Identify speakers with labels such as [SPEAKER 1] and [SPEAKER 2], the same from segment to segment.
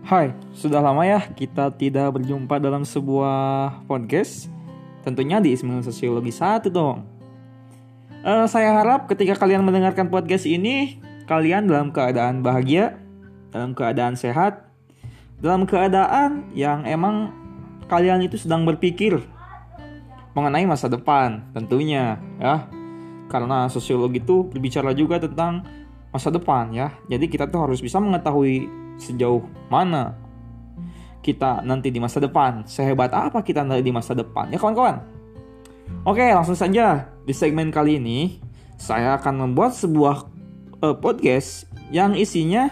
[SPEAKER 1] Hai, sudah lama ya kita tidak berjumpa dalam sebuah podcast. Tentunya di Ismail Sosiologi 1 dong. Saya harap ketika kalian mendengarkan podcast ini, kalian dalam keadaan bahagia, dalam keadaan sehat, dalam keadaan yang emang kalian itu sedang berpikir mengenai masa depan tentunya ya. Karena sosiologi itu berbicara juga tentang masa depan ya. Jadi kita tuh harus bisa mengetahui sejauh mana kita nanti di masa depan, sehebat apa kita nanti di masa depan ya kawan-kawan. Oke, langsung saja. Di segmen kali ini saya akan membuat sebuah podcast yang isinya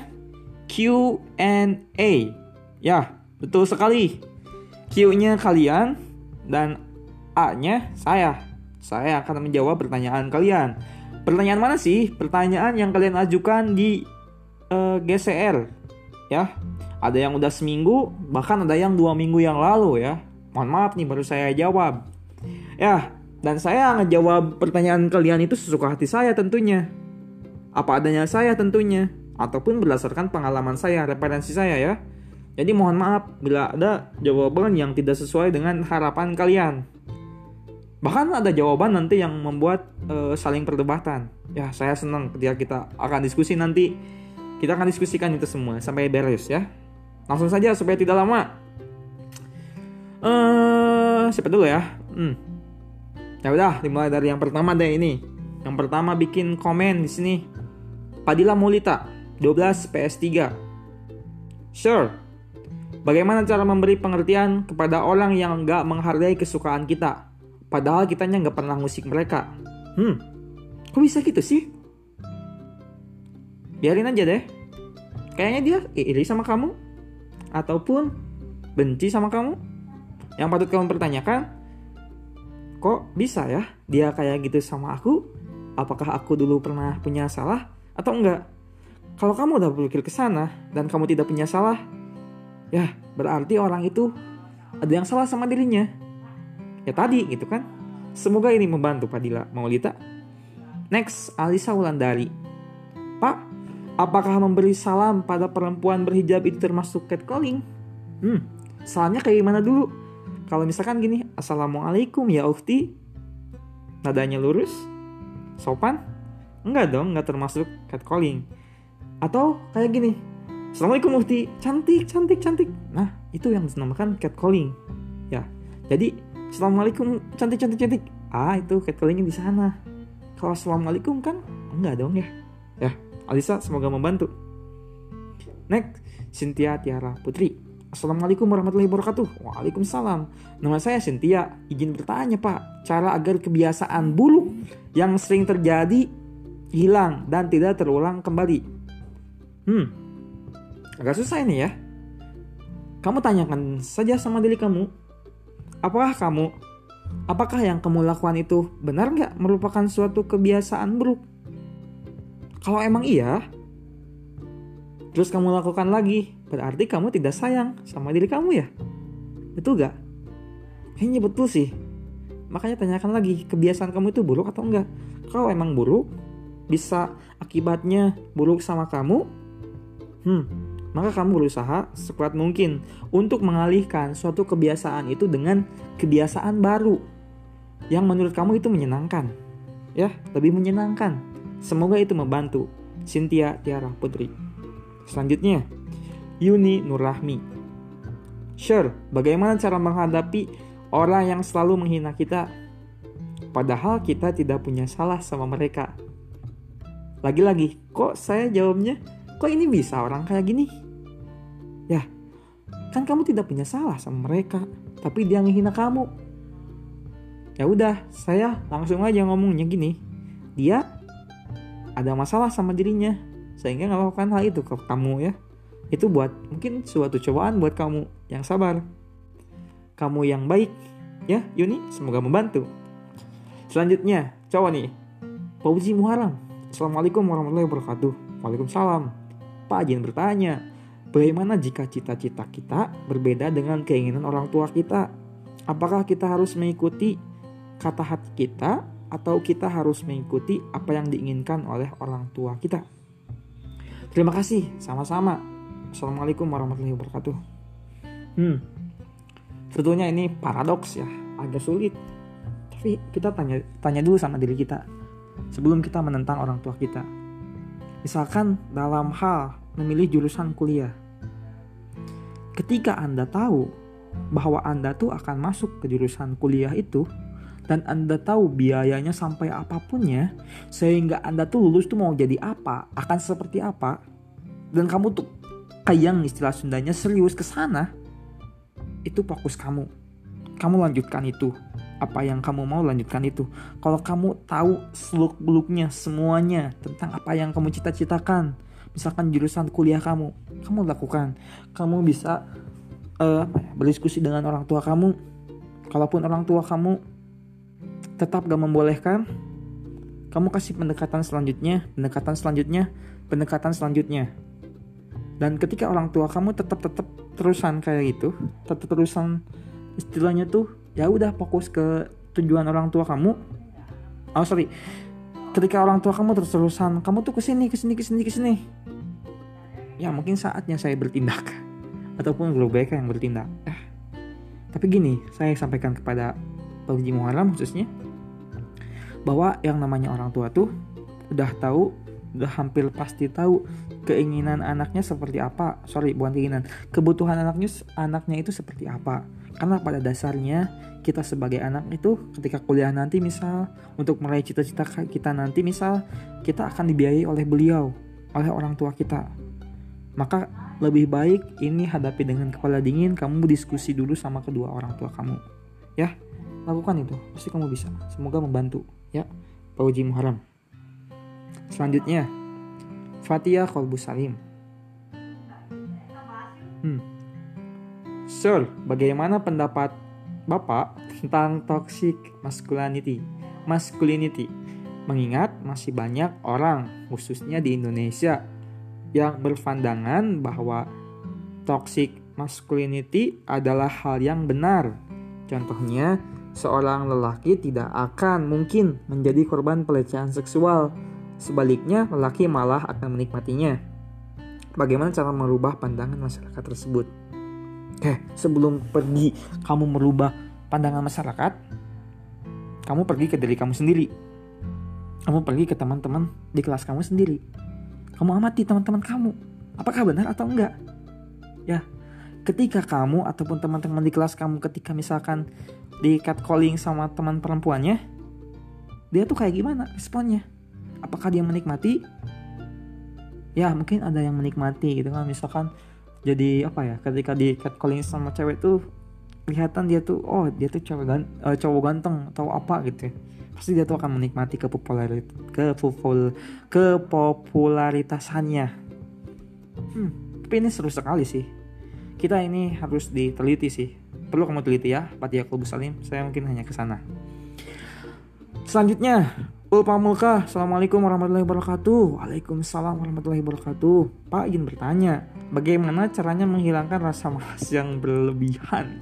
[SPEAKER 1] Q&A. Ya, betul sekali. Q-nya kalian dan A-nya saya. Saya akan menjawab pertanyaan kalian. Pertanyaan mana sih? Pertanyaan yang kalian ajukan di GCR ya. Ada yang udah seminggu, bahkan ada yang 2 minggu yang lalu ya. Mohon maaf nih, baru saya jawab ya. Dan saya ngejawab pertanyaan kalian itu sesuka hati saya tentunya, apa adanya saya tentunya, ataupun berdasarkan pengalaman saya, referensi saya ya. Jadi mohon maaf bila ada jawaban yang tidak sesuai dengan harapan kalian. Bahkan ada jawaban nanti yang membuat saling perdebatan. Ya, saya senang ketika kita akan diskusi nanti. Kita akan diskusikan itu semua sampai beres ya. Langsung saja supaya tidak lama. Siapa dulu ya? Ya udah, dimulai dari yang pertama deh ini. Yang pertama bikin komen di sini. Padilla Mulita, 12 PS3. Sure. Bagaimana cara memberi pengertian kepada orang yang enggak menghargai kesukaan kita? Padahal kitanya enggak pernah musik mereka. Kok bisa gitu sih? Biarin aja deh. Kayaknya dia iri sama kamu, ataupun benci sama kamu. Yang patut kamu pertanyakan, kok bisa ya dia kayak gitu sama aku? Apakah aku dulu pernah punya salah atau enggak? Kalau kamu udah berpikir ke sana dan kamu tidak punya salah, ya berarti orang itu ada yang salah sama dirinya. Ya tadi gitu kan. Semoga ini membantu Padilla Maulita. Next, Alisa Wulandari. Pak, apakah memberi salam pada perempuan berhijab itu termasuk catcalling? Salamnya kayak gimana dulu? Kalau misalkan gini, Assalamualaikum ya Ufti, nadanya lurus, sopan? Enggak dong, enggak termasuk catcalling. Atau kayak gini, Assalamualaikum Ufti, cantik. Nah, itu yang dinamakan catcalling. Ya, jadi Assalamualaikum cantik. Itu catcallingnya di sana. Kalau Assalamualaikum kan enggak dong ya. Ya, Alisa semoga membantu. Next, Cynthia Tiara Putri. Assalamualaikum warahmatullahi wabarakatuh. Waalaikumsalam. Nama saya Cynthia. Izin bertanya Pak, cara agar kebiasaan buruk yang sering terjadi hilang dan tidak terulang kembali. Agak susah ini ya. Kamu tanyakan saja sama diri kamu. Apakah yang kamu lakukan itu benar gak merupakan suatu kebiasaan buruk? Kalau emang iya, terus kamu lakukan lagi, berarti kamu tidak sayang sama diri kamu ya? Betul gak? Kayaknya betul sih. Makanya tanyakan lagi, kebiasaan kamu itu buruk atau enggak? Kalau emang buruk, bisa akibatnya buruk sama kamu, maka kamu berusaha sekuat mungkin untuk mengalihkan suatu kebiasaan itu dengan kebiasaan baru yang menurut kamu itu menyenangkan. Ya, lebih menyenangkan. Semoga itu membantu. Cynthia Tiara Putri. Selanjutnya, Yuni Nurrahmi. Sure, bagaimana cara menghadapi orang yang selalu menghina kita, padahal kita tidak punya salah sama mereka? Lagi-lagi, kok saya jawabnya, kok ini bisa orang kayak gini? Ya, kan kamu tidak punya salah sama mereka, tapi dia menghina kamu. Ya udah, saya langsung aja ngomongnya gini. Dia ada masalah sama dirinya sehingga melakukan hal itu ke kamu ya. Itu buat mungkin suatu cobaan buat kamu yang sabar, kamu yang baik ya Yuni, semoga membantu. Selanjutnya cowok nih, Fauzi Muharram. Assalamualaikum warahmatullahi wabarakatuh. Waalaikumsalam. Pak, izin bertanya, bagaimana jika cita-cita kita berbeda dengan keinginan orang tua kita? Apakah kita harus mengikuti kata hati kita atau kita harus mengikuti apa yang diinginkan oleh orang tua kita? Terima kasih, sama-sama. Assalamualaikum warahmatullahi wabarakatuh. Sebetulnya ini paradoks ya, agak sulit. Tapi kita tanya dulu sama diri kita sebelum kita menentang orang tua kita. Misalkan dalam hal memilih jurusan kuliah. Ketika Anda tahu bahwa Anda tuh akan masuk ke jurusan kuliah itu, dan Anda tahu biayanya sampai apapunnya, sehingga Anda tuh lulus tuh mau jadi apa, akan seperti apa, dan kamu tuh kayang istilah Sundanya serius ke sana, itu fokus kamu. Kamu lanjutkan itu. Apa yang kamu mau lanjutkan itu. Kalau kamu tahu seluk-beluknya semuanya tentang apa yang kamu cita-citakan, misalkan jurusan kuliah kamu lakukan. Kamu bisa berdiskusi dengan orang tua kamu. Kalaupun orang tua kamu tetap gak membolehkan, kamu kasih pendekatan selanjutnya. Dan ketika orang tua kamu tetap terusan kayak gitu, tetap terusan istilahnya tuh ya udah fokus ke tujuan orang tua kamu. Ketika orang tua kamu terus-terusan kamu tuh kesini. Ya mungkin saatnya saya bertindak ataupun lebih baik yang bertindak. Tapi gini, saya sampaikan kepada Pak Haji Muharram khususnya, bahwa yang namanya orang tua tuh udah hampir pasti tahu keinginan anaknya seperti apa. Kebutuhan anaknya itu seperti apa. Karena pada dasarnya kita sebagai anak itu ketika kuliah nanti misal untuk meraih cita-cita kita nanti misal kita akan dibiayai oleh orang tua kita. Maka lebih baik ini hadapi dengan kepala dingin, kamu diskusi dulu sama kedua orang tua kamu. Ya, lakukan itu, pasti kamu bisa. Semoga membantu ya, Pak Haji Muharram. Selanjutnya, Fatia Kolbu Salim. Sir, bagaimana pendapat Bapak tentang toxic masculinity? Mengingat masih banyak orang, khususnya di Indonesia, yang berpandangan bahwa toxic masculinity adalah hal yang benar. Contohnya, seorang lelaki tidak akan mungkin menjadi korban pelecehan seksual. Sebaliknya, lelaki malah akan menikmatinya. Bagaimana cara merubah pandangan masyarakat tersebut? Sebelum pergi kamu merubah pandangan masyarakat, kamu pergi ke diri kamu sendiri. Kamu pergi ke teman-teman di kelas kamu sendiri. Kamu amati teman-teman kamu, apakah benar atau enggak. Ya, ketika kamu ataupun teman-teman di kelas kamu ketika misalkan di catcalling sama teman perempuannya, dia tuh kayak gimana responnya? Apakah dia menikmati? Ya, mungkin ada yang menikmati gitu kan. Misalkan jadi ketika di catcalling sama cewek tuh kelihatan dia tuh cowok ganteng atau apa gitu ya. Pasti dia tuh akan menikmati kepopularitasannya. Tapi ini seru sekali sih. Kita ini harus diteliti sih. Perlu kamu teliti ya, Fatia Kolbu Salim. Saya mungkin hanya ke sana. Selanjutnya, Ulpa Mulka. Assalamualaikum warahmatullahi wabarakatuh. Waalaikumsalam warahmatullahi wabarakatuh. Pak ingin bertanya, bagaimana caranya menghilangkan rasa malas yang berlebihan?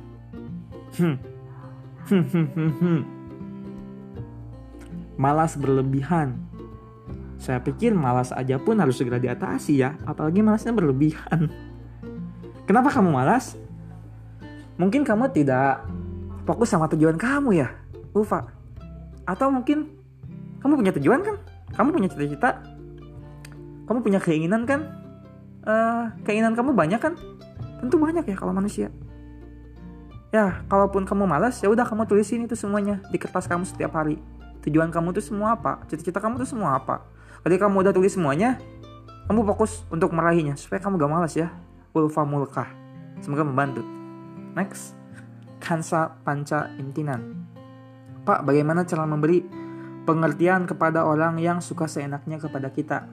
[SPEAKER 1] Malas berlebihan. Saya pikir malas aja pun harus segera diatasi ya, apalagi malasnya berlebihan. Kenapa kamu malas? Mungkin kamu tidak fokus sama tujuan kamu ya, Ulfa. Atau mungkin kamu punya tujuan kan? Kamu punya cita-cita? Kamu punya keinginan kan? Keinginan kamu banyak kan? Tentu banyak ya kalau manusia. Ya, kalaupun kamu malas, ya udah kamu tulisin itu semuanya di kertas kamu setiap hari. Tujuan kamu tuh semua apa? Cita-cita kamu tuh semua apa? Ketika kamu udah tulis semuanya, kamu fokus untuk meraihnya supaya kamu gak malas ya. Ulfa Mulkah. Semoga membantu. Next, Kansa Panca Intinan. Pak, bagaimana cara memberi pengertian kepada orang yang suka seenaknya kepada kita?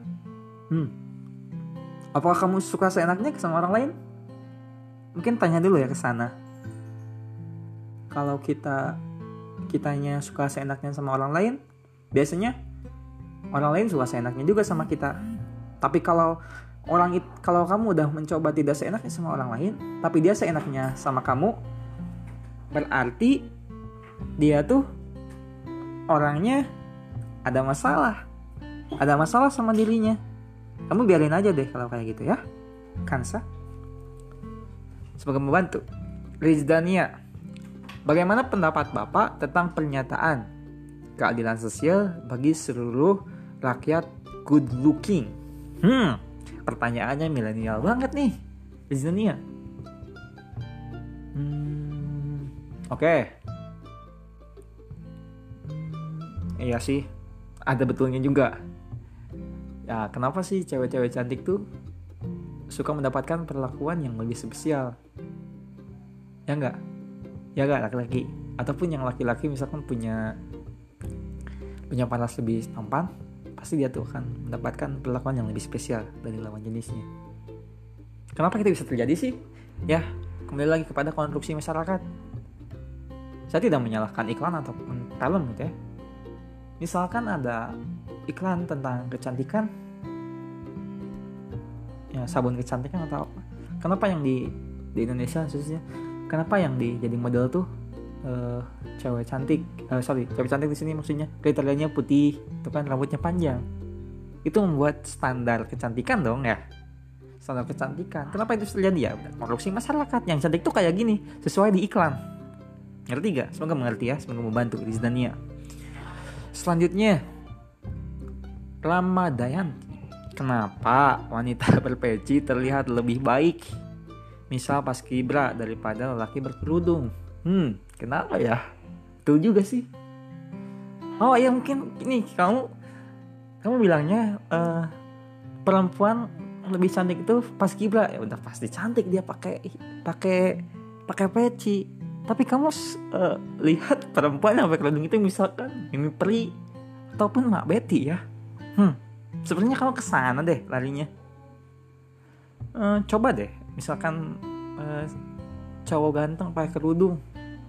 [SPEAKER 1] Apakah kamu suka seenaknya sama orang lain? Mungkin tanya dulu ya ke sana. Kalau kitanya suka seenaknya sama orang lain, biasanya orang lain suka seenaknya juga sama kita. Tapi kalau kamu udah mencoba tidak seenaknya sama orang lain, tapi dia seenaknya sama kamu, berarti dia tuh orangnya ada masalah sama dirinya. Kamu biarin aja deh kalau kayak gitu ya, Kansa. Semoga membantu. Rizdania, bagaimana pendapat Bapak tentang pernyataan keadilan sosial bagi seluruh rakyat good looking? Pertanyaannya milenial banget nih, Rizdania. Oke. Iya sih, ada betulnya juga. Ya, kenapa sih cewek-cewek cantik tuh suka mendapatkan perlakuan yang lebih spesial? Ya enggak? Ya enggak laki-laki? Ataupun yang laki-laki misalkan punya paras lebih tampan, pasti dia tuh akan mendapatkan perlakuan yang lebih spesial dari lawan jenisnya. Kenapa itu bisa terjadi sih? Ya, kembali lagi kepada konstruksi masyarakat. Saya tidak menyalahkan iklan ataupun talent gitu ya. Misalkan ada iklan tentang kecantikan, ya sabun kecantikan atau apa. Kenapa yang di Indonesia khususnya, kenapa yang jadi model tuh cewek cantik di sini maksudnya kriterianya putih, itu kan rambutnya panjang. Itu membuat standar kecantikan dong ya. Standar kecantikan. Kenapa itu terjadi ya? Korupsi masyarakat. Yang cantik tuh kayak gini, sesuai di iklan. Ngerti gak? Semoga mengerti ya, semoga membantu Rizdania. Selanjutnya, Ramadayanti. Kenapa wanita berpeci terlihat lebih baik? Misal pas kibra daripada lelaki berkerudung. Kenapa ya? Tuh juga sih. Oh ya mungkin ini kamu bilangnya perempuan lebih cantik itu pas kibra. Ya udah pasti cantik dia pakai peci. Tapi kamu lihat perempuan yang pakai kerudung itu misalkan Mimi Peri ataupun Mak Betty ya. Sebenarnya kamu kesana deh larinya. Coba deh misalkan cowok ganteng pakai kerudung.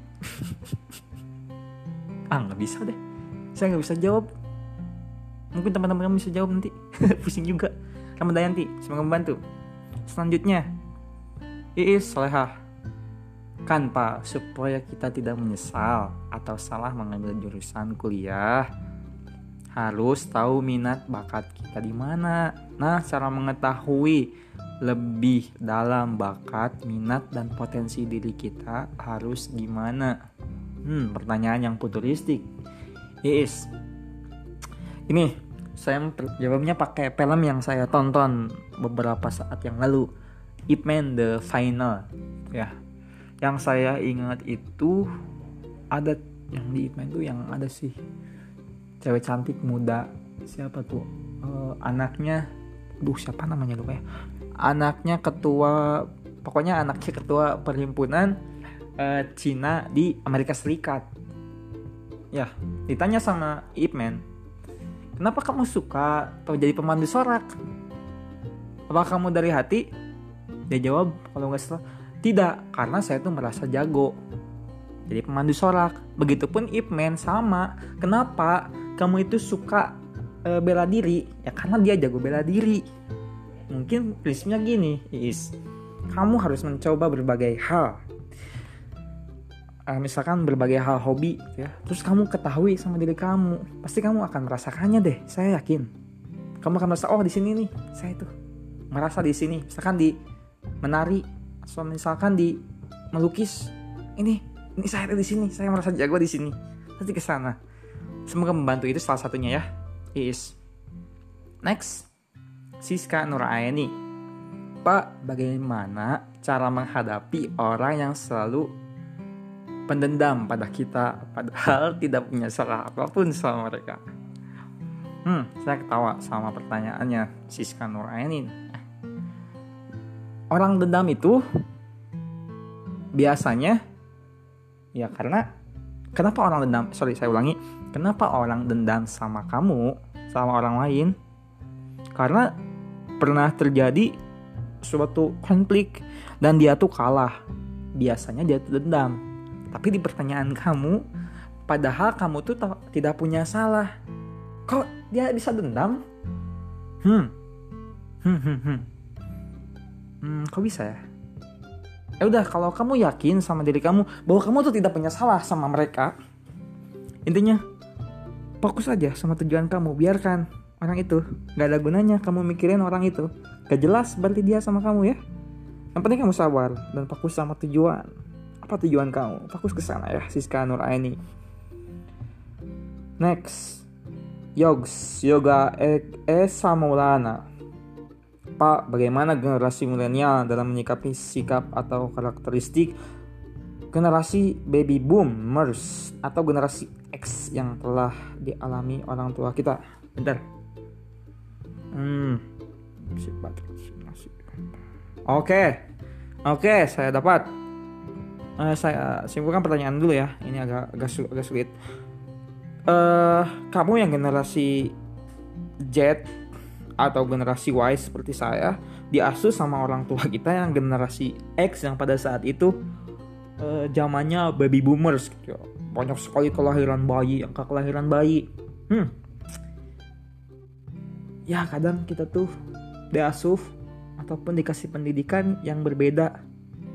[SPEAKER 1] Nggak bisa deh, saya nggak bisa jawab. Mungkin teman-teman kamu bisa jawab nanti. Pusing juga. Ramadayanti, semoga membantu. Selanjutnya, Iis Solehah. Kan Pak, supaya kita tidak menyesal atau salah mengambil jurusan kuliah, harus tahu minat bakat kita di mana. Nah, cara mengetahui lebih dalam bakat, minat, dan potensi diri kita harus gimana? Pertanyaan yang futuristik. Yes. Ini saya jawabnya pakai film yang saya tonton beberapa saat yang lalu, Ip Man The Final. Ya, yang saya ingat itu ada yang di Ip Man itu yang ada sih cewek cantik muda, siapa tuh? Anaknya, siapa namanya lupa ya. Anaknya ketua perhimpunan Cina di Amerika Serikat. Ya, ditanya sama Ip Man, kenapa kamu suka atau jadi pemandu sorak? Apa kamu dari hati? Dia jawab, kalau nggak salah, tidak, karena saya tuh merasa jago jadi pemandu sorak. Begitupun Ip Man sama. Kenapa kamu itu suka bela diri? Ya karena dia jago bela diri. Mungkin prinsipnya gini, kamu harus mencoba berbagai hal. Misalkan berbagai hal hobi ya. Terus kamu ketahui sama diri kamu, pasti kamu akan merasakannya deh, saya yakin. Kamu akan merasa, di sini nih, saya tuh merasa di sini. Misalkan di menari, atau misalkan di melukis, ini saya di sini, saya merasa jago di sini. Nanti ke sana. Semoga membantu, itu salah satunya ya. Next. Siska Nuraini. Pak, bagaimana cara menghadapi orang yang selalu pendendam pada kita padahal tidak punya salah apapun sama mereka? Saya ketawa sama pertanyaannya Siska Nuraini. Orang dendam itu biasanya ya kenapa orang dendam? Kenapa orang dendam sama kamu, sama orang lain? Karena pernah terjadi suatu konflik dan dia tuh kalah. Biasanya dia tuh dendam. Tapi di pertanyaan kamu, padahal kamu tuh tidak punya salah, kok dia bisa dendam? Kok bisa ya? Ya udah, kalau kamu yakin sama diri kamu bahwa kamu tuh tidak punya salah sama mereka, intinya fokus aja sama tujuan kamu. Biarkan orang itu, gak ada gunanya kamu mikirin orang itu. Gak jelas berarti dia sama kamu ya. Yang penting kamu sabar dan fokus sama tujuan. Apa tujuan kamu? Fokus ke sana ya, Siska Nuraini. Next, Yoga Esa Maulana. Pak, bagaimana generasi milenial dalam menyikapi sikap atau karakteristik generasi baby boomers atau generasi X yang telah dialami orang tua kita? Bentar. Oke, saya dapat. Saya simpulkan pertanyaan dulu ya. Ini agak sulit. Kamu yang generasi Z atau generasi Y seperti saya diasuh sama orang tua kita yang generasi X yang pada saat itu zamannya baby boomers gitu. Banyak sekali angka kelahiran bayi. Ya kadang kita tuh diasuh ataupun dikasih pendidikan yang berbeda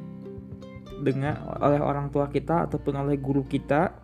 [SPEAKER 1] oleh orang tua kita ataupun oleh guru kita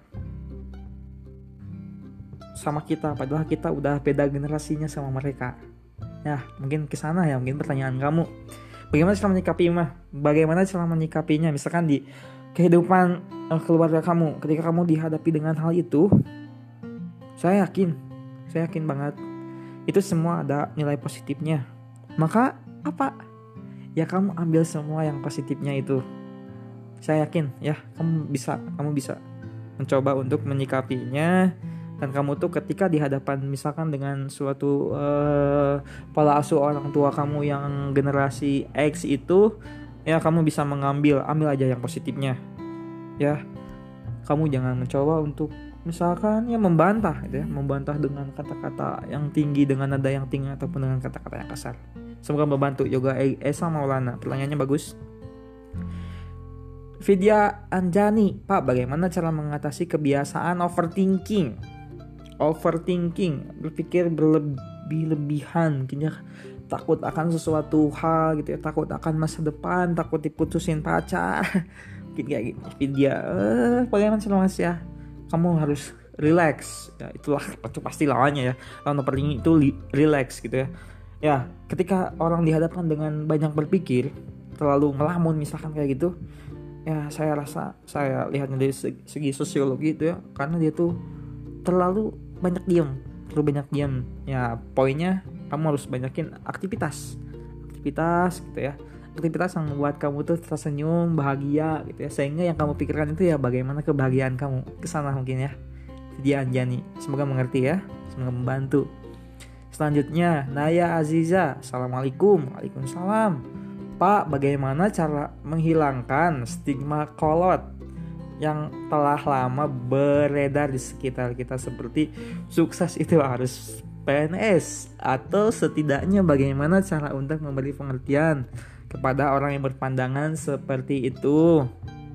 [SPEAKER 1] sama kita, padahal kita udah beda generasinya sama mereka. Ya, mungkin kesana ya, mungkin pertanyaan kamu. Bagaimana cara menyikapinya? Misalkan di kehidupan keluarga kamu, ketika kamu dihadapi dengan hal itu, saya yakin banget itu semua ada nilai positifnya. Maka apa? Ya kamu ambil semua yang positifnya itu. Saya yakin ya, kamu bisa mencoba untuk menyikapinya. Dan kamu tuh ketika dihadapan misalkan dengan suatu pola asuh orang tua kamu yang generasi X itu, ya kamu bisa ambil aja yang positifnya. Ya, kamu jangan mencoba untuk misalkan ya membantah dengan kata-kata yang tinggi, dengan nada yang tinggi ataupun dengan kata-kata yang kasar. Semoga membantu. Yoga Esa Maulana, pertanyaannya bagus. Vidya Anjani, Pak, bagaimana cara mengatasi kebiasaan overthinking, berpikir berlebihan, takut akan sesuatu hal gitu ya, takut akan masa depan, takut diputusin pacar, mungkin kayak gitu. Vidya, bagaimana cara Mas ya? Kamu harus relax, ya itulah pasti lawannya ya. Lawan overthinking itu relax gitu ya. Ya, ketika orang dihadapkan dengan banyak berpikir, terlalu ngelamun misalkan kayak gitu, ya saya lihatnya dari segi sosiologi itu ya, karena dia tuh terlalu banyak diam. Ya poinnya kamu harus banyakin aktivitas gitu ya, aktivitas yang membuat kamu tuh tersenyum, bahagia gitu ya, sehingga yang kamu pikirkan itu ya bagaimana kebahagiaan kamu. Kesana mungkin ya Vidya Anjani, semoga mengerti ya, semoga membantu. Selanjutnya Naya Aziza, Assalamualaikum. Waalaikumsalam. Pak, bagaimana cara menghilangkan stigma kolot yang telah lama beredar di sekitar kita, seperti sukses itu harus PNS, atau setidaknya bagaimana cara untuk memberi pengertian kepada orang yang berpandangan seperti itu?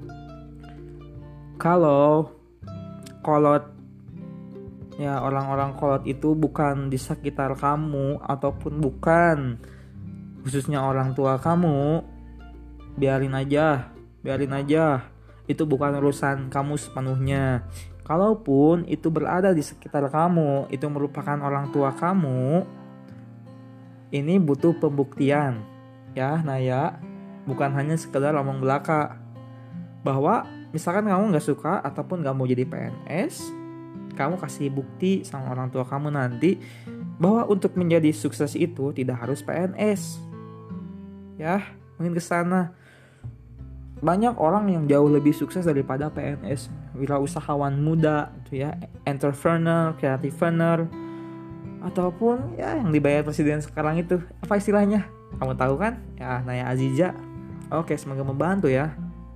[SPEAKER 1] Kalau kolot ya, orang-orang kolot itu bukan di sekitar kamu ataupun bukan khususnya orang tua kamu, biarin aja. Itu bukan urusan kamu sepenuhnya. Kalaupun itu berada di sekitar kamu, itu merupakan orang tua kamu, ini butuh pembuktian ya Naya, bukan hanya sekedar omong belaka. Bahwa misalkan kamu gak suka ataupun gak mau jadi PNS, kamu kasih bukti sama orang tua kamu nanti bahwa untuk menjadi sukses itu tidak harus PNS. Ya, mungkin kesana. Banyak orang yang jauh lebih sukses daripada PNS, wirausahawan muda gitu ya, entrepreneur, creativepreneur, ataupun ya yang dibayar presiden sekarang itu, apa istilahnya? Kamu tahu kan? Ya, Naya Aziza. Oke, semoga membantu ya.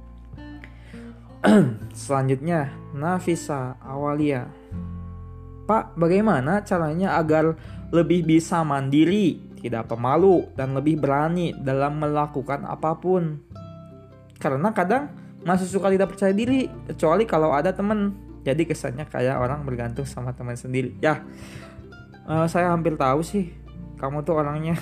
[SPEAKER 1] Selanjutnya Nafisa Awalia. Pak, bagaimana caranya agar lebih bisa mandiri, tidak pemalu, dan lebih berani dalam melakukan apapun? Karena kadang masih suka tidak percaya diri, kecuali kalau ada teman. Jadi kesannya kayak orang bergantung sama teman sendiri. Ya, saya hampir tahu sih, kamu tuh orangnya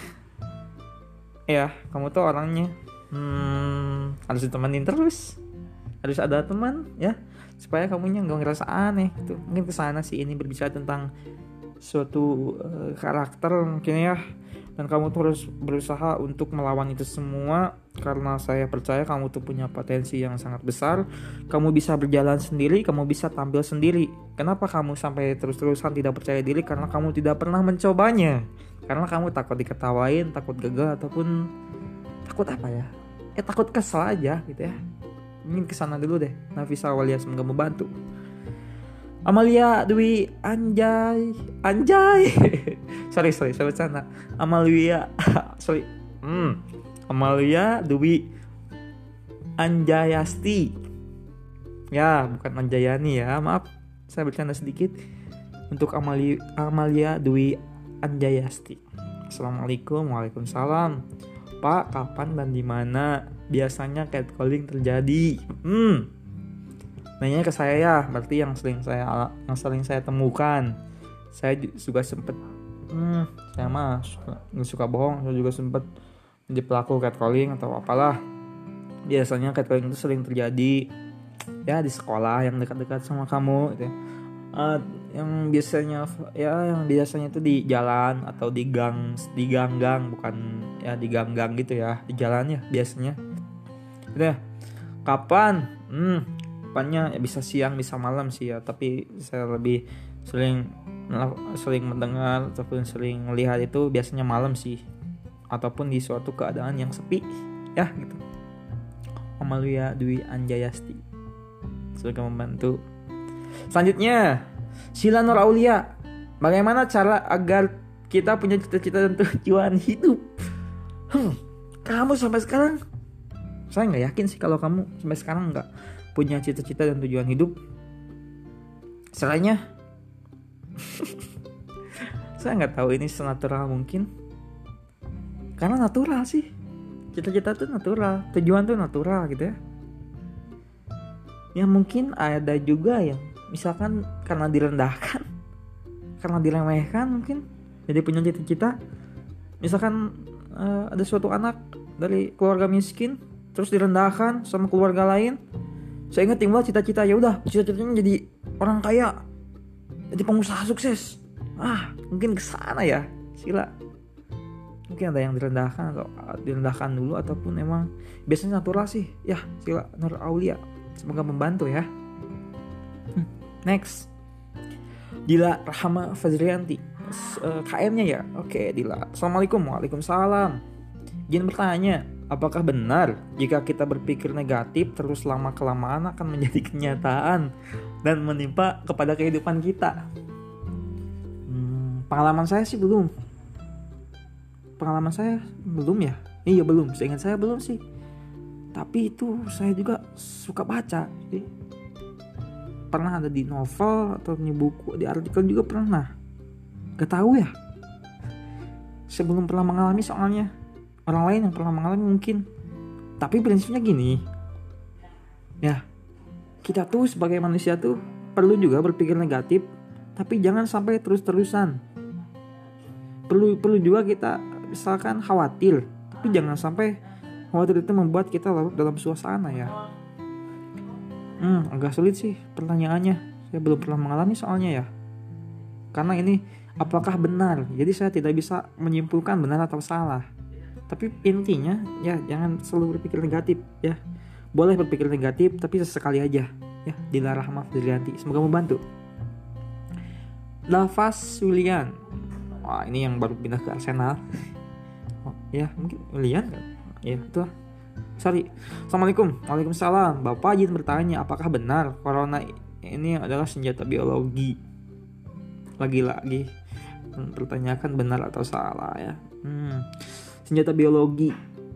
[SPEAKER 1] harus ditemenin terus. Harus ada teman ya, supaya kamunya gak ngerasa aneh gitu. Mungkin kesana sih ini berbicara tentang suatu karakter mungkin ya, dan kamu tuh harus berusaha untuk melawan itu semua, karena saya percaya kamu tuh punya potensi yang sangat besar. Kamu bisa berjalan sendiri, kamu bisa tampil sendiri. Kenapa kamu sampai terus-terusan tidak percaya diri? Karena kamu tidak pernah mencobanya. Karena kamu takut diketawain, takut gagal, ataupun takut apa ya? Takut kesel aja gitu ya. Mungkin kesana dulu deh. Nafisa Walia, semoga membantu. Amalia Dwi Anjay sorry saya bercanda. Amalia sorry Amalia Dwi Anjayasti ya, bukan Anjayani ya, maaf saya bercanda sedikit. Untuk Amalia Dwi Anjayasti, Assalamualaikum. Waalaikumsalam. Pak, kapan dan di mana biasanya catcalling terjadi? Nanya ke saya ya, berarti yang sering saya temukan. Saya juga sempet saya mah nggak suka bohong, saya juga sempet menjadi pelaku catcalling atau apalah. Biasanya catcalling itu sering terjadi ya di sekolah yang dekat-dekat sama kamu gitu ya. Yang biasanya itu di jalan atau di gang-gang, bukan ya di gang-gang gitu ya, di jalan ya biasanya. Gitu ya. Kapan? Kapannya ya bisa siang bisa malam sih ya, tapi saya lebih sering mendengar ataupun sering melihat itu biasanya malam sih, ataupun di suatu keadaan yang sepi ya gitu. Amalia Dwi Anjayasti, semoga membantu. Selanjutnya Sila Nur Aulia, bagaimana cara agar kita punya cita-cita dan tujuan hidup? Kamu sampai sekarang, saya nggak yakin sih kalau kamu sampai sekarang nggak punya cita-cita dan tujuan hidup. Selainnya saya nggak tahu ini senatural mungkin, karena natural sih, cita-cita tuh natural, tujuan tuh natural gitu ya. Ya mungkin ada juga yang misalkan karena direndahkan, karena diremehkan mungkin jadi punya cita-cita. Misalkan ada suatu anak dari keluarga miskin terus direndahkan sama keluarga lain, saya ingat timbul cita-cita, ya udah cita-citanya jadi orang kaya, jadi pengusaha sukses. Mungkin kesana ya Sila. Mungkin ada yang direndahkan dulu, ataupun emang biasanya natural sih ya Sila Nur Aulia, semoga membantu ya. Next, Dila Rahma Fazrianti, KM-nya ya. Oke Dila, Assalamualaikum. Waalaikumsalam. Izin bertanya, apakah benar jika kita berpikir negatif terus lama-kelamaan akan menjadi kenyataan dan menimpa kepada kehidupan kita? Pengalaman saya sih belum. Ya? Iya belum, seingat saya belum sih. Tapi itu saya juga suka baca. Jadi, pernah ada di novel atau di buku, di artikel juga pernah. Gak tahu ya. Saya belum pernah mengalami soalnya. Orang lain yang pernah mengalami mungkin. Tapi prinsipnya gini. Ya, kita tuh sebagai manusia tuh perlu juga berpikir negatif, tapi jangan sampai terus-terusan. Perlu juga kita misalkan khawatir, tapi jangan sampai khawatir itu membuat kita larut dalam suasana ya. Agak sulit sih pertanyaannya. Saya belum pernah mengalami soalnya ya. Karena ini apakah benar? Jadi saya tidak bisa menyimpulkan benar atau salah. Tapi intinya ya jangan selalu berpikir negatif ya. Boleh berpikir negatif tapi sesekali aja ya. Dila Rahma Fadlianti, semoga membantu. Lafaz Willian. Wah, ini yang baru pindah ke Arsenal. Ya, mungkin Willian kan? Ya, itu. Sorry. Assalamualaikum. Waalaikumsalam. Bapak izin bertanya, apakah benar corona ini adalah senjata biologi? Lagi-lagi pertanyakan benar atau salah ya. Senjata biologi.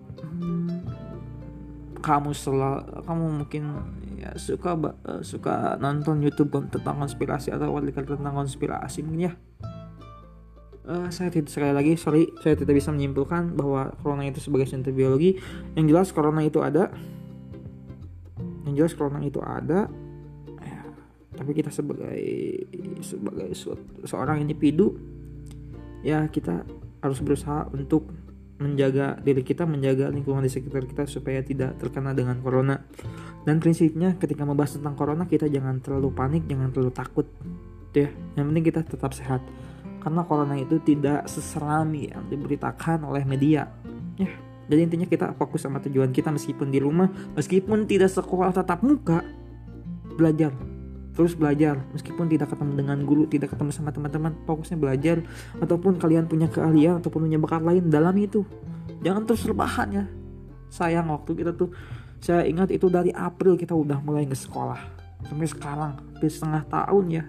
[SPEAKER 1] Kamu mungkin ya suka nonton YouTube tentang konspirasi atau artikel tentang konspirasi mungkin ya. Saya tidak bisa menyimpulkan bahwa corona itu sebagai senjata biologi. Yang jelas corona itu ada. Ya, tapi kita sebagai seorang individu ya kita harus berusaha untuk menjaga diri kita, menjaga lingkungan di sekitar kita supaya tidak terkena dengan corona. Dan prinsipnya ketika membahas tentang corona kita jangan terlalu panik, jangan terlalu takut. Ya, yang penting kita tetap sehat. karena corona itu tidak seserami yang diberitakan oleh media. Ya, jadi intinya kita fokus sama tujuan kita, meskipun di rumah, meskipun tidak sekolah tatap muka, belajar, terus belajar, meskipun tidak ketemu dengan guru, tidak ketemu sama teman-teman, fokusnya belajar. Ataupun kalian punya keahlian ataupun punya bakat lain dalam itu, jangan terus rebahan ya. Sayang waktu kita tuh, saya ingat itu dari April kita udah mulai ke sekolah sampai sekarang hampir setengah tahun ya.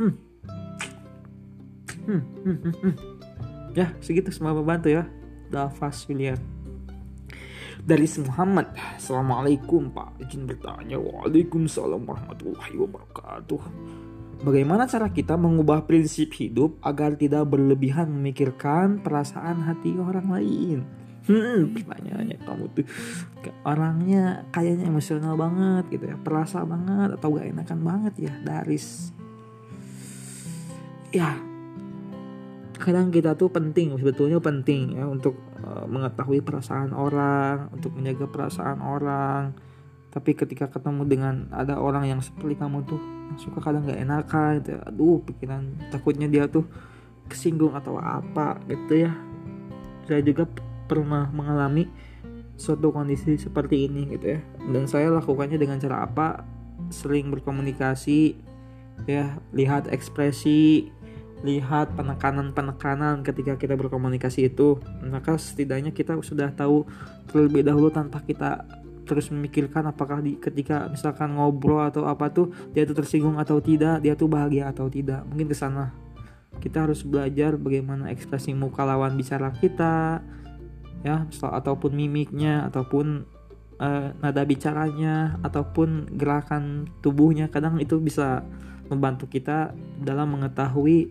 [SPEAKER 1] Ya segitu, semoga membantu ya. Dafas William dari Muhammad. Assalamualaikum Pak, izin bertanya. Waalaikumsalam warahmatullahi wabarakatuh. Bagaimana cara kita mengubah prinsip hidup agar tidak berlebihan memikirkan perasaan hati orang lain? Pertanyaannya, kamu tuh orangnya kayaknya emosional banget gitu ya, perasa banget atau gak enakan banget ya, Daris. Ya, kadang kita tuh sebetulnya penting ya untuk mengetahui perasaan orang, untuk menjaga perasaan orang. Tapi ketika ketemu dengan ada orang yang seperti kamu tuh, suka kadang gak enakan gitu ya. Aduh, pikiran takutnya dia tuh kesinggung atau apa gitu ya. Saya juga pernah mengalami suatu kondisi seperti ini gitu ya. Dan saya lakukannya dengan cara apa? Sering berkomunikasi ya, lihat ekspresi, lihat penekanan ketika kita berkomunikasi itu. Maka setidaknya kita sudah tahu terlebih dahulu tanpa kita terus memikirkan apakah ketika misalkan ngobrol atau apa tuh dia tuh tersinggung atau tidak, dia tuh bahagia atau tidak. Mungkin ke sana kita harus belajar bagaimana ekspresi muka lawan bicara kita ya, ataupun mimiknya, ataupun nada bicaranya, ataupun gerakan tubuhnya. Kadang itu bisa membantu kita dalam mengetahui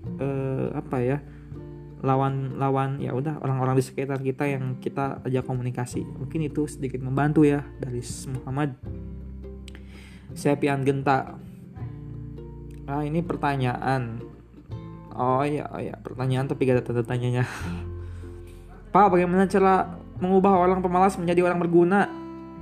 [SPEAKER 1] lawan ya udah, orang-orang di sekitar kita yang kita ajak komunikasi. Mungkin itu sedikit membantu ya. Dari Muhammad. Sepian Genta. Ini pertanyaan. Oh ya, pertanyaan tapi gak ada tanda tanyanya. Pak, bagaimana cara mengubah orang pemalas menjadi orang berguna?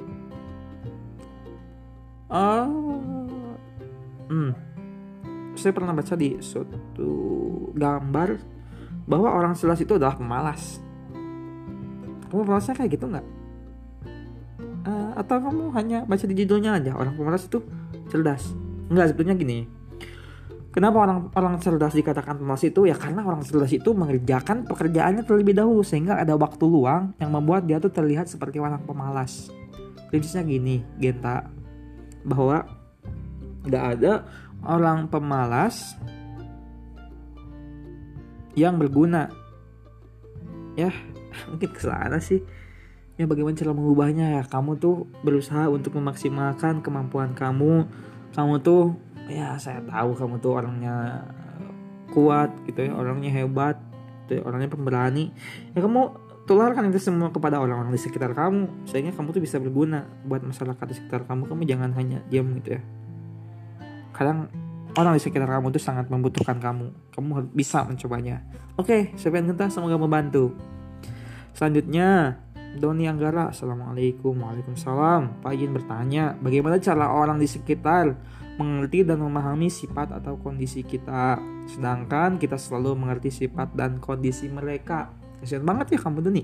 [SPEAKER 1] Saya pernah baca di suatu gambar bahwa orang cerdas itu adalah pemalas. Kamu pemalasnya kayak gitu nggak? Atau kamu hanya baca di judulnya aja orang pemalas itu cerdas? Enggak, sebetulnya gini. Kenapa orang cerdas dikatakan pemalas itu? Ya karena orang cerdas itu mengerjakan pekerjaannya terlebih dahulu sehingga ada waktu luang yang membuat dia tuh terlihat seperti orang pemalas. Prinsipnya gini, Genta, bahwa tidak ada orang pemalas yang berguna. Ya, mungkin kesana sih. Ya bagaimana cara mengubahnya ya? Kamu tuh berusaha untuk memaksimalkan kemampuan kamu. Kamu tuh, ya saya tahu kamu tuh orangnya kuat gitu ya, orangnya hebat gitu ya, orangnya pemberani. Ya kamu tularkan itu semua kepada orang-orang di sekitar kamu sehingga kamu tuh bisa berguna buat masyarakat di sekitar kamu. Kamu jangan hanya diam gitu ya. Kadang orang di sekitar kamu tuh sangat membutuhkan kamu. Kamu bisa mencobanya. Oke, Sepian Genta, semoga membantu. Selanjutnya, Doni Anggara. Assalamualaikum. Waalaikumsalam. Pak, izin bertanya, bagaimana cara orang di sekitar mengerti dan memahami sifat atau kondisi kita, sedangkan kita selalu mengerti sifat dan kondisi mereka? Kasian banget ya kamu tuh nih.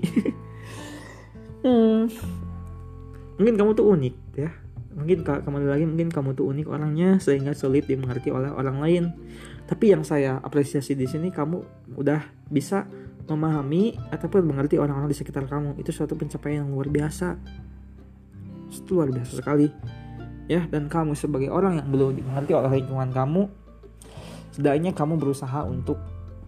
[SPEAKER 1] Mungkin kamu tuh unik ya. Mungkin kamu tuh unik orangnya sehingga sulit dimengerti oleh orang lain. Tapi yang saya apresiasi di sini, kamu udah bisa memahami ataupun mengerti orang-orang di sekitar kamu. Itu suatu pencapaian yang luar biasa. Itu luar biasa sekali. Ya, dan kamu sebagai orang yang belum dimengerti oleh lingkungan kamu, setidaknya kamu berusaha untuk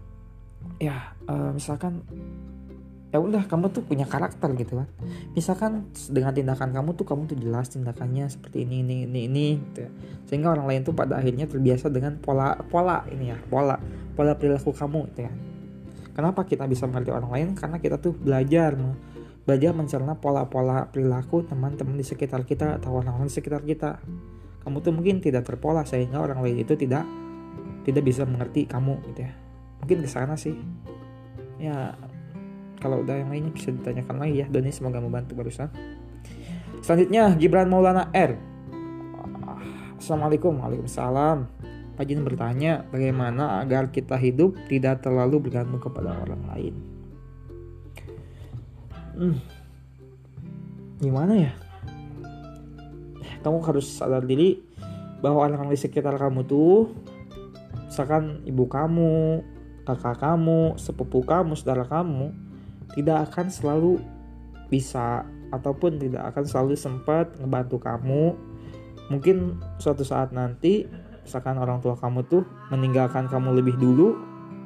[SPEAKER 1] misalkan ya udah, kamu tuh punya karakter gitu kan. Misalkan dengan tindakan kamu tuh jelas tindakannya seperti ini gitu ya. Sehingga orang lain tuh pada akhirnya terbiasa dengan pola perilaku kamu gitu ya. Kenapa kita bisa mengerti orang lain? Karena kita tuh belajar mencerna pola-pola perilaku teman-teman di sekitar kita atau orang-orang di sekitar kita. Kamu tuh mungkin tidak terpola sehingga orang lain itu tidak bisa mengerti kamu gitu ya. Mungkin kesana sih. Ya, kalau udah yang lainnya bisa ditanyakan lagi ya. Doni, semoga membantu barusan. Selanjutnya, Gibran Maulana R. Assalamualaikum. Waalaikumsalam. rajin bertanya bagaimana agar kita hidup tidak terlalu bergantung kepada orang lain. Gimana ya? Kamu harus sadar diri bahwa orang-orang di sekitar kamu tuh, misalkan ibu kamu, kakak kamu, sepupu kamu, saudara kamu, tidak akan selalu bisa ataupun tidak akan selalu sempat ngebantu kamu. Mungkin suatu saat nanti, misalkan orang tua kamu tuh meninggalkan kamu lebih dulu,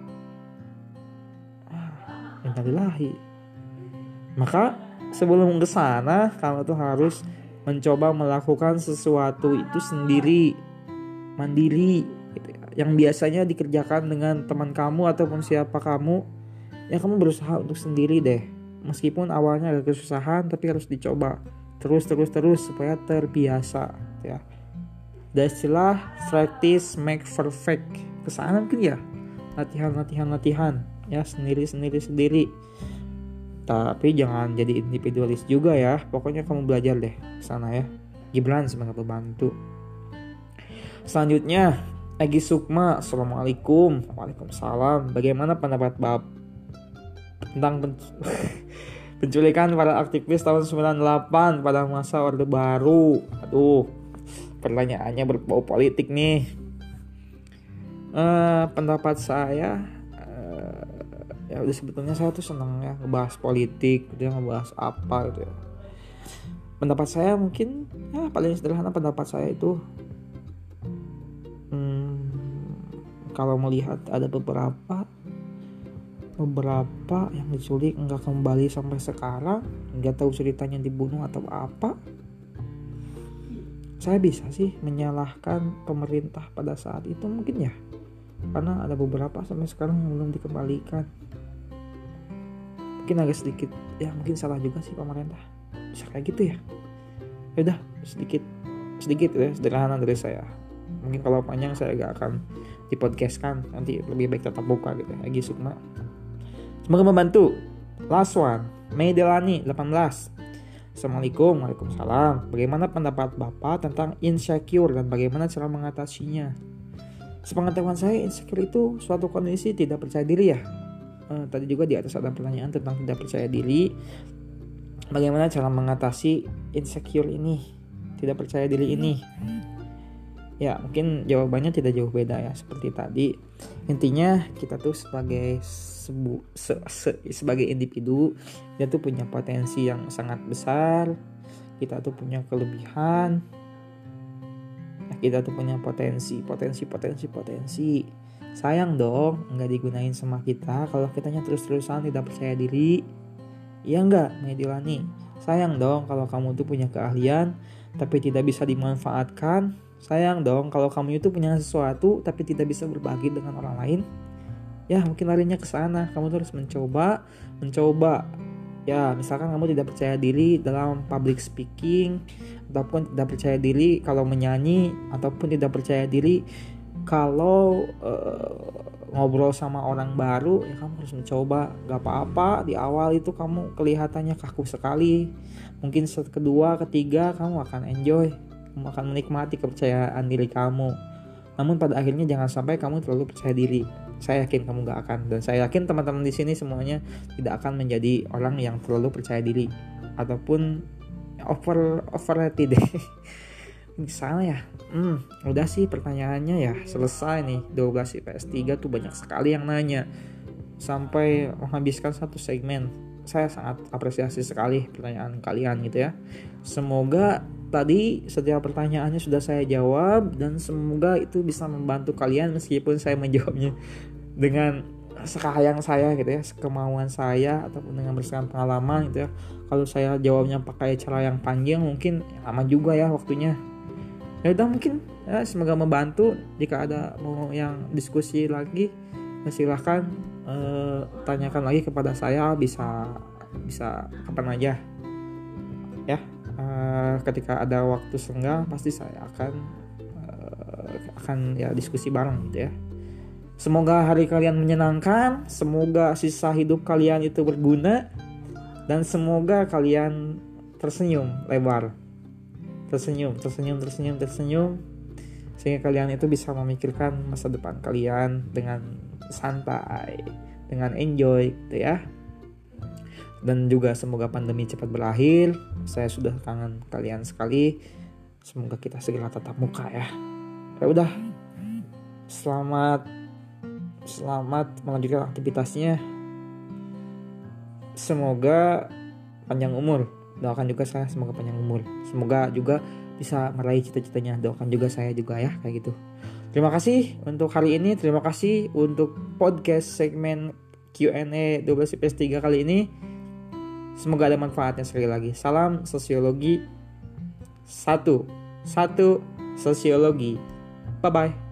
[SPEAKER 1] innalillahi. Maka sebelum ke sana, kamu tuh harus mencoba melakukan sesuatu itu sendiri, mandiri gitu ya. Yang biasanya dikerjakan dengan teman kamu ataupun siapa kamu, ya kamu berusaha untuk sendiri deh. Meskipun awalnya agak kesusahan, tapi harus dicoba terus supaya terbiasa ya. Ada istilah practice make perfect. Kesana mungkin ya, latihan ya, sendiri. Tapi jangan jadi individualis juga ya. Pokoknya kamu belajar deh sana ya. Gibran semangat bantu. Selanjutnya Egi Sukma, Assalamualaikum. Waalaikumsalam. Bagaimana pendapat Bab tentang penculikan para aktivis tahun 98 pada masa Orde Baru? Aduh, pertanyaannya berbau politik nih. Pendapat saya, ya udah sebetulnya saya tuh senang ya ngebahas politik, dia ngebahas apa gitu ya. Pendapat saya mungkin ya paling sederhana pendapat saya itu, kalau melihat ada beberapa yang diculik nggak kembali sampai sekarang, nggak tahu ceritanya dibunuh atau apa, saya bisa sih menyalahkan pemerintah pada saat itu mungkin ya, karena ada beberapa sampai sekarang yang belum dikembalikan. Mungkin agak sedikit ya, mungkin salah juga sih pemerintah bisa kayak gitu ya. Ya udah sedikit ya sederhana dari saya. Mungkin kalau panjang saya gak akan di podcast kan, nanti lebih baik tetap buka gitu ya. Egi Sukma, semoga membantu. Last one, Mei Delani 18. Assalamualaikum. Waalaikumsalam. Bagaimana pendapat Bapak tentang insecure dan bagaimana cara mengatasinya? Sepengetahuan saya, insecure itu suatu kondisi tidak percaya diri ya. Tadi juga di atas ada pertanyaan tentang tidak percaya diri. Bagaimana cara mengatasi insecure ini, tidak percaya diri ini? Ya mungkin jawabannya tidak jauh beda ya seperti tadi. Intinya kita tuh sebagai sebagai individu, kita tuh punya potensi yang sangat besar. Kita tuh punya kelebihan. Kita tuh punya potensi. Sayang dong nggak digunain sama kita kalau kitanya terus-terusan tidak percaya diri. Iya nggak, Medilani? Sayang dong kalau kamu tuh punya keahlian tapi tidak bisa dimanfaatkan. Sayang dong kalau kamu itu punya sesuatu tapi tidak bisa berbagi dengan orang lain. Ya mungkin larinya ke sana. Kamu tuh harus mencoba. Ya misalkan kamu tidak percaya diri dalam public speaking, ataupun tidak percaya diri kalau menyanyi, ataupun tidak percaya diri kalau ngobrol sama orang baru, ya kamu harus mencoba. Gak apa-apa di awal itu kamu kelihatannya kaku sekali. Mungkin kedua, ketiga kamu akan enjoy, kamu akan menikmati kepercayaan diri kamu. Namun pada akhirnya jangan sampai kamu terlalu percaya diri. Saya yakin kamu gak akan, dan saya yakin teman-teman di sini semuanya tidak akan menjadi orang yang terlalu percaya diri ataupun overrated deh. Misalnya ya, udah sih pertanyaannya ya selesai nih. 12 IPS 3 tuh banyak sekali yang nanya sampai menghabiskan satu segmen. Saya sangat apresiasi sekali pertanyaan kalian gitu ya. Semoga tadi setiap pertanyaannya sudah saya jawab, dan semoga itu bisa membantu kalian meskipun saya menjawabnya dengan sekayang saya gitu ya, sekemauan saya ataupun dengan berdasarkan pengalaman gitu ya. Kalau saya jawabnya pakai cara yang panjang mungkin lama juga ya waktunya. Ya udah mungkin ya, semoga membantu. Jika ada mau yang diskusi lagi, silahkan tanyakan lagi kepada saya, bisa kapan aja ya. Ketika ada waktu senggang pasti saya akan ya diskusi bareng gitu ya. Semoga hari kalian menyenangkan, semoga sisa hidup kalian itu berguna, dan semoga kalian tersenyum lebar. Tersenyum. sehingga kalian itu bisa memikirkan masa depan kalian dengan santai, dengan enjoy gitu ya. Dan juga semoga pandemi cepat berakhir. Saya sudah kangen kalian sekali. Semoga kita segera tatap muka ya. Ya udah, selamat melanjutkan aktivitasnya. Semoga panjang umur. Doakan juga saya semoga panjang umur. Semoga juga bisa meraih cita-citanya. Doakan juga saya juga ya, kayak gitu. Terima kasih untuk hari ini. Terima kasih untuk podcast segmen Q&A 12 IPS 3 kali ini. Semoga ada manfaatnya sekali lagi. Salam sosiologi. Satu sosiologi. Bye bye.